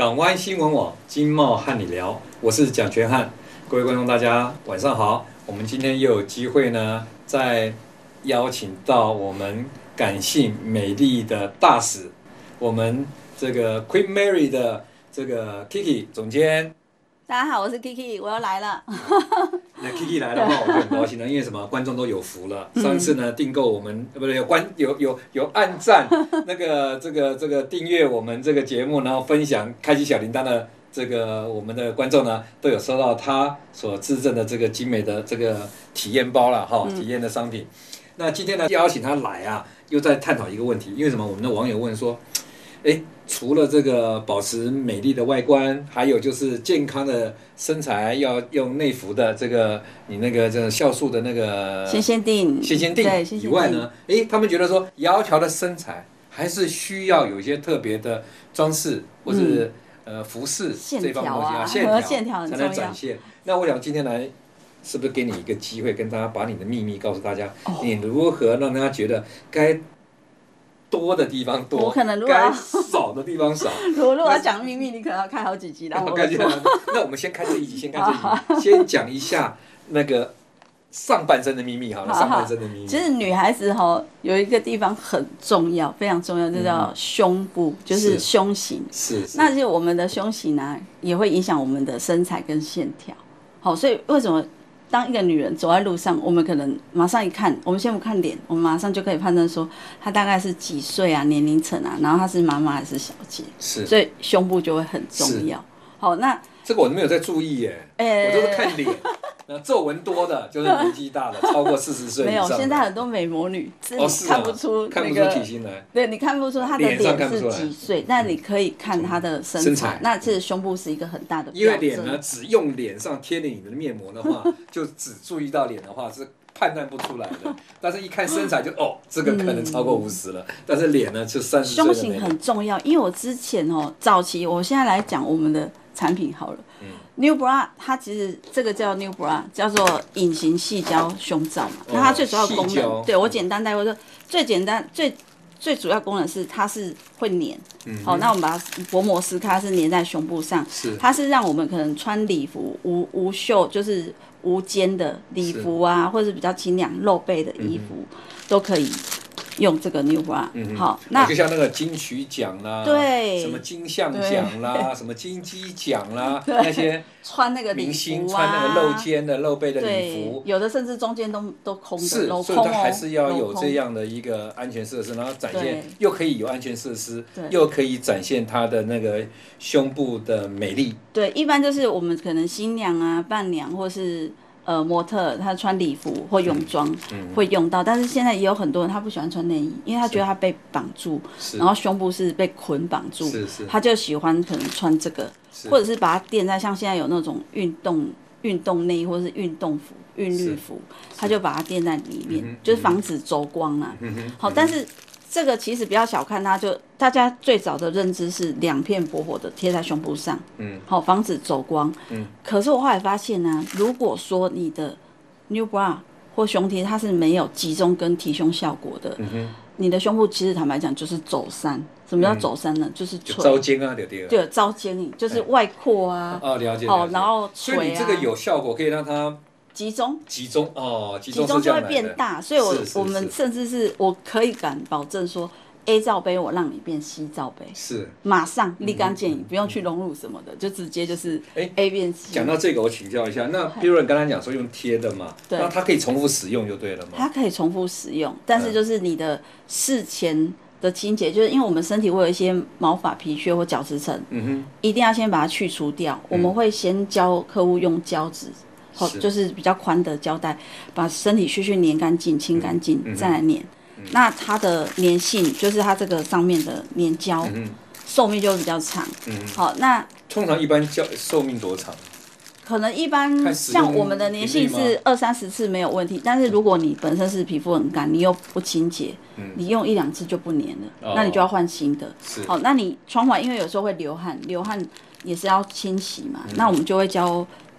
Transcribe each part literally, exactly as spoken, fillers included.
港湾新闻网经贸和你聊，我是蒋全汉。各位观众大家晚上好，我们今天又有机会呢，再邀请到我们感性美丽的大使，我们这个 Queen Mary 的这个 Kiki 总监。 大家好，我是 Kiki， 我又来了。 那 Kiki 来的话，我就很高兴了，因为什么？观众都有福了。上次呢，订购我们呃不对，有关有有有按赞那个这个这个订阅我们这个节目，然后分享开启小铃铛的这个我们的观众呢，都有收到他所制赠的这个精美的这个体验包了哈，体验的商品。那今天呢，邀请他来啊，又在探讨一个问题，因为什么？我们的网友问说，哎。除了这个保持美丽的外观，还有就是健康的身材，要用内服的这个你那个这个酵素的那个鲜鲜定鲜鲜定以外呢，哎，他们觉得说窈窕的身材还是需要有一些特别的装饰或是、嗯、呃服饰这方面东西啊，线条线条才能展现。那我想今天来是不是给你一个机会，跟大家把你的秘密告诉大家，哦、你如何让大家觉得该。多的地方多， 我可能如果该少的地方少。 如果如果要讲秘密，你可能要开好几集，然后我那我们先看这一集，先看这一集，先讲一下那个上半身的秘密好了。上半身的秘密。 其实女孩子哈有一个地方很重要，非常重要，就叫胸部，嗯、就是胸型。 是。是那就我们的胸型呢，也会影响我们的身材跟线条。好，所以为什么？当一个女人走在路上，我们可能马上一看，我们先不看脸，我们马上就可以判断说她大概是几岁啊，年龄层啊，然后她是妈妈还是小姐， 是， 所以胸部就会很重要。好，那这个我没有在注意耶，欸、我都是看脸。那皱纹多的，就是年纪大的，超过四十岁以上的。 没有，现在很多美魔女， 哦是看不出那个、 看不出体型来。 对，你看不出她的脸是几岁，但你可以看她的身材。 身材那其实胸部是一个很大的标准。 因为脸呢，只用脸上贴了你的面膜的话，就只注意到脸的话是判断不出来的。但是一看身材就哦，这个可能超过五十了。嗯、但是脸呢，就三十岁的。 胸型很重要，因为我之前哦，早期我现在来讲我们的产品好了。嗯New Bra 它其实这个叫 New Bra， 叫做隐形矽胶胸罩嘛。那、哦、它最主要的功能，对我简单带过说，最简单最最主要功能是它是会粘。嗯、好，那我们把它薄膜撕开，它是粘在胸部上。 是。 它是让我们可能穿礼服无无袖，就是无肩的礼服啊，或者是比较清凉露背的衣服、嗯、都可以。用这个 New Bra，、嗯、好，那就像那个金曲奖啦， 对， 什么金像奖啦，什么金鸡奖啦，那些穿那个明星穿那个露肩的、露背的礼服， 有的甚至中间都都空的， 是， 镂空哦、 所以它还是要有这样的一个安全设施，然后展现又可以有安全设施，又可以展现它的那个胸部的美丽。 对，一般就是我们可能新娘啊、伴娘或是。呃，模特她穿礼服或泳装会用到、嗯嗯，但是现在也有很多人他不喜欢穿内衣，因为他觉得他被绑住，然后胸部是被捆绑住， 是是他就喜欢可能穿这个，或者是把它垫在像现在有那种运动运动内衣或者是运动服、韵律服，他就把它垫在里面，嗯、就是防止走光啊。嗯、好，但是这个其实不要小看它，就大家最早的认知是两片薄薄的贴在胸部上，嗯，好防止走光。嗯，可是我后来发现呢、啊，如果说你的 New Bra 或胸贴它是没有集中跟提胸效果的，嗯哼，你的胸部其实坦白讲就是走山。什么叫走山呢？嗯、就是垂招肩啊，对对。 对，招肩就是外扩啊。 哦，了解。 哦，然后垂啊。 所以你这个有效果，可以让它。 集中， 集中哦，集中集中就会变大，所以我我们甚至是我可以敢保证说 ，A 罩杯我让你变 C 罩杯， 是马上立竿见影，不用去隆乳什么的，就直接就是 A 变 C。 讲到这个，我请教一下，那比如你刚才讲说用贴的嘛，那它可以重复使用就对了嘛？ 它可以重复使用，但是就是你的事前的清洁，就是因为我们身体会有一些毛发、皮屑或角质层，嗯哼，一定要先把它去除掉。我们会先教客户用胶纸。是就是比较宽的胶带，把身体屑屑粘干净、清干净、嗯，再来粘、嗯。那它的粘性就是它这个上面的粘胶，嗯、寿命就比较长。嗯、好，那通常一般胶寿命多长？ 可能一般像我们的粘性是二三十次没有问题，但是如果你本身是皮肤很干，你又不清洁，嗯、你用一两次就不粘了，哦、那你就要换新的。好，那你窗环因为有时候会流汗，流汗也是要清洗嘛，嗯、那我们就会教。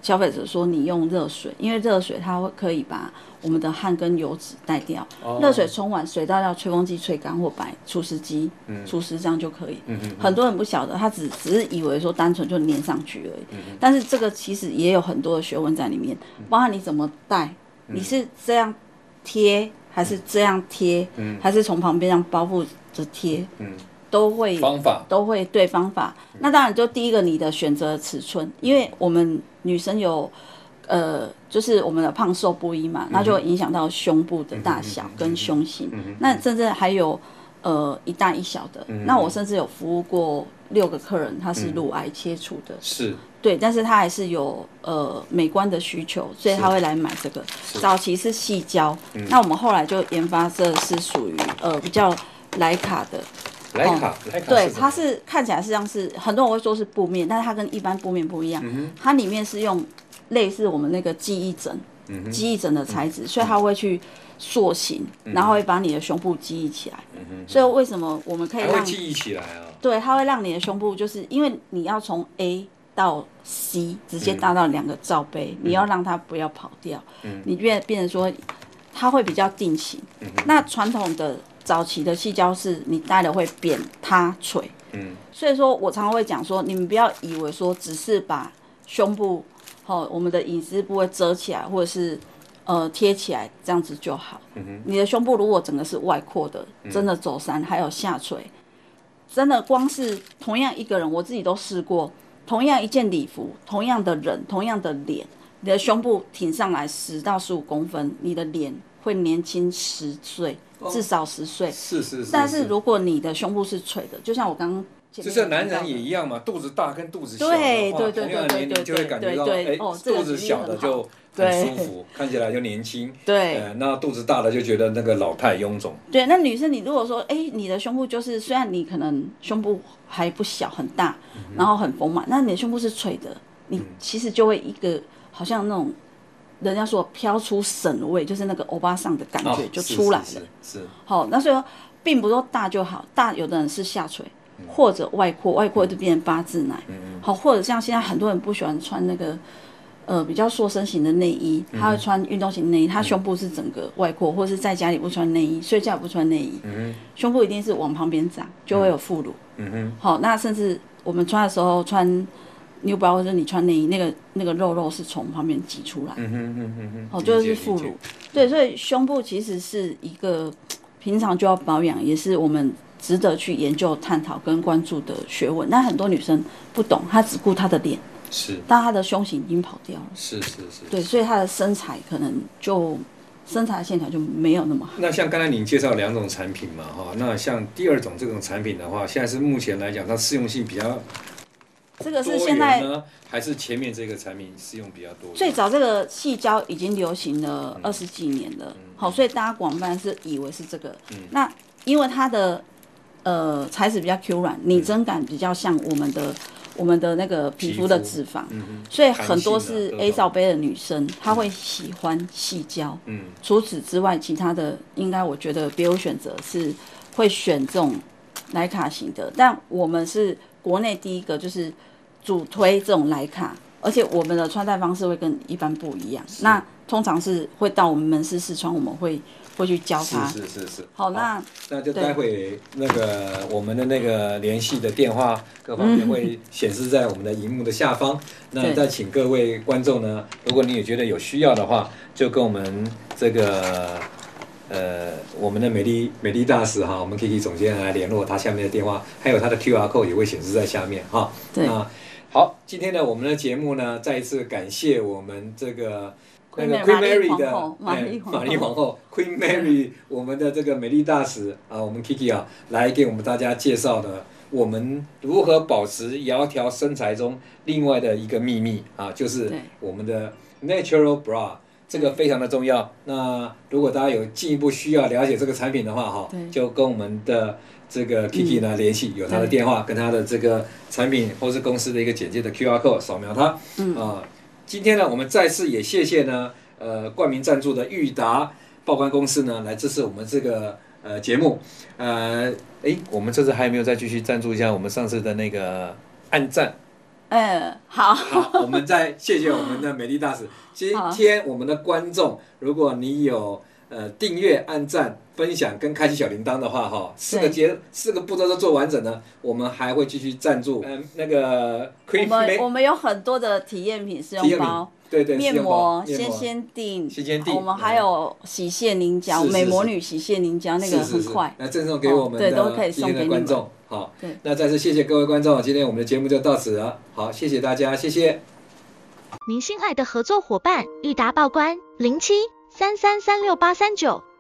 消费者说你用热水，因为热水它会可以把我们的汗跟油脂带掉。热、哦、水冲完，水倒到吹风机吹干或摆除湿机，嗯、除湿这样就可以。嗯嗯嗯、很多人不晓得，他只只是以为说单纯就粘上去而已。嗯嗯、但是这个其实也有很多的学问在里面，包含你怎么戴，你是这样贴还是这样贴，嗯、还是从旁边这样包覆着贴。嗯都会方法都会对方法，那当然就第一个你的选择尺寸，因为我们女生有呃就是我们的胖瘦不一嘛，嗯、那就会影响到胸部的大小跟胸型，嗯、那甚至还有呃一大一小的，嗯、那我甚至有服务过六个客人，他是乳癌切除的， 是对，但是他还是有呃美观的需求，所以他会来买这个。早期是矽胶，嗯、那我们后来就研发这是属于呃比较莱卡的。 莱卡，莱卡对，它是看起来是像是很多人会说是布面，但是它跟一般布面不一样，嗯、它里面是用类似我们那个记忆枕、嗯、记忆枕的材质，嗯、所以它会去塑形，嗯、然后会把你的胸部记忆起来。嗯、所以为什么我们可以让还会记忆起来啊？ 对，它会让你的胸部，就是因为你要从 A 到 C 直接搭到两个罩杯，嗯、你要让它不要跑掉，嗯、你变变成说它会比较定型。嗯、那传统的。早期的矽胶是你戴了会扁塌垂，嗯，所以说我常常会讲说，你们不要以为说只是把胸部，哦，我们的隐私部位遮起来，或者是呃贴起来这样子就好。嗯、你的胸部如果整个是外扩的，真的走山还有下垂，真的光是同样一个人，我自己都试过，同样一件礼服，同样的人，同样的脸，你的胸部挺上来十到十五公分，你的脸会年轻十岁。至少十岁、哦， 是是是。 但是如果你的胸部是垂的，就像我刚刚前面就像男人也一样嘛，肚子大跟肚子小的话， 对对对对对对， 就会感觉到，哎， 哦， 肚子小的就很舒服，看起来就年轻。对，呃，那肚子大的就觉得那个老态臃肿。 对，那女生你如果说，哎，你的胸部就是虽然你可能胸部还不小很大，嗯、然后很丰满，那你的胸部是垂的，你其实就会一个好像那种。人家说飘出省味，就是那个欧巴桑的感觉就出来了。哦、 是， 好、哦，那所以说，并不是说大就好，大有的人是下垂，嗯、或者外扩，外扩就变成八字奶。嗯、好，或者像现在很多人不喜欢穿那个呃比较塑身型的内衣，嗯、他会穿运动型内衣，他胸部是整个外扩，或者是在家里不穿内衣，睡觉也不穿内衣，嗯、胸部一定是往旁边长，就会有副乳。嗯哼，好，那甚至我们穿的时候穿。New bra 或者你穿内衣，那个那个肉肉是从旁边挤出来，嗯哼嗯哼嗯哦，就是副乳，对，所以胸部其实是一个平常就要保养，也是我们值得去研究、探讨跟关注的学问。但很多女生不懂，她只顾她的脸， 是， 但她的胸型已经跑掉了， 是是是， 对，所以她的身材可能就身材线条就没有那么好。 那像刚才您介绍两种产品嘛，哈，那像第二种这种产品的话，现在是目前来讲，它适用性比较。 这个是现在呢，还是前面这个产品适用比较多？ 最早这个矽胶已经流行了二十几年了，嗯、好，所以大家广泛是以为是这个。嗯、那因为它的呃材质比较 Q 软，拟真感比较像我们的、嗯、我们的那个皮肤的脂肪，嗯、所以很多是 A 罩杯的女生，她会喜欢矽胶。嗯，除此之外，其他的应该我觉得别无选择，是会选这种莱卡型的，但我们是国内第一个就是主推这种莱卡，而且我们的穿戴方式会跟一般不一样。那通常是会到我们门市试穿，我们会会去教他。 是是是是。 好，那那就待会那个我们的那个联系的电话各方面会显示在我们的荧幕的下方。那再请各位观众呢，如果你也觉得有需要的话，就跟我们这个。呃，我们的美丽美丽大使哈，我们 Kiki 总监来联络他下面的电话，还有他的 Q R code 也会显示在下面哈。 对。 那好，今天呢，我们的节目呢，再一次感谢我们这个那个 Queen Mary 的玛丽玛丽皇后 Queen Mary 我们的这个美丽大使啊，我们 Kiki 啊，来给我们大家介绍的我们如何保持窈窕身材中另外的一个秘密啊，就是我们的 Natural Bra。这个非常的重要。那如果大家有进一步需要了解这个产品的话，哈，就跟我们的这个 Kiki 呢联系，有他的电话跟他的这个产品或是公司的一个简介的 Q R code 扫描它。嗯啊，今天呢，我们再次也谢谢呢，呃，冠名赞助的裕达报关公司呢，来支持我们这个呃节目。呃，哎，我们这次还有没有再继续赞助一下我们上次的那个按赞？ 嗯，好， 好，我们再谢谢我们的美丽大使。今天我们的观众，如果你有呃订阅、按赞、分享跟开启小铃铛的话，哈，四个节四个步骤都做完整呢，我们还会继续赞助。嗯、呃，那个 Queen 我们我们有很多的体验品试用包。 对对， 面膜、鲜鲜定， 鲜鲜定， 我们还有洗卸凝胶，美魔女洗卸凝胶那个很快， 那赠送给我们的对都可以送给观众。好，那再次谢谢各位观众，今天我们的节目就到此了。好，谢谢大家，谢谢。 您心爱的合作伙伴，裕达报关零七三三三六八三九。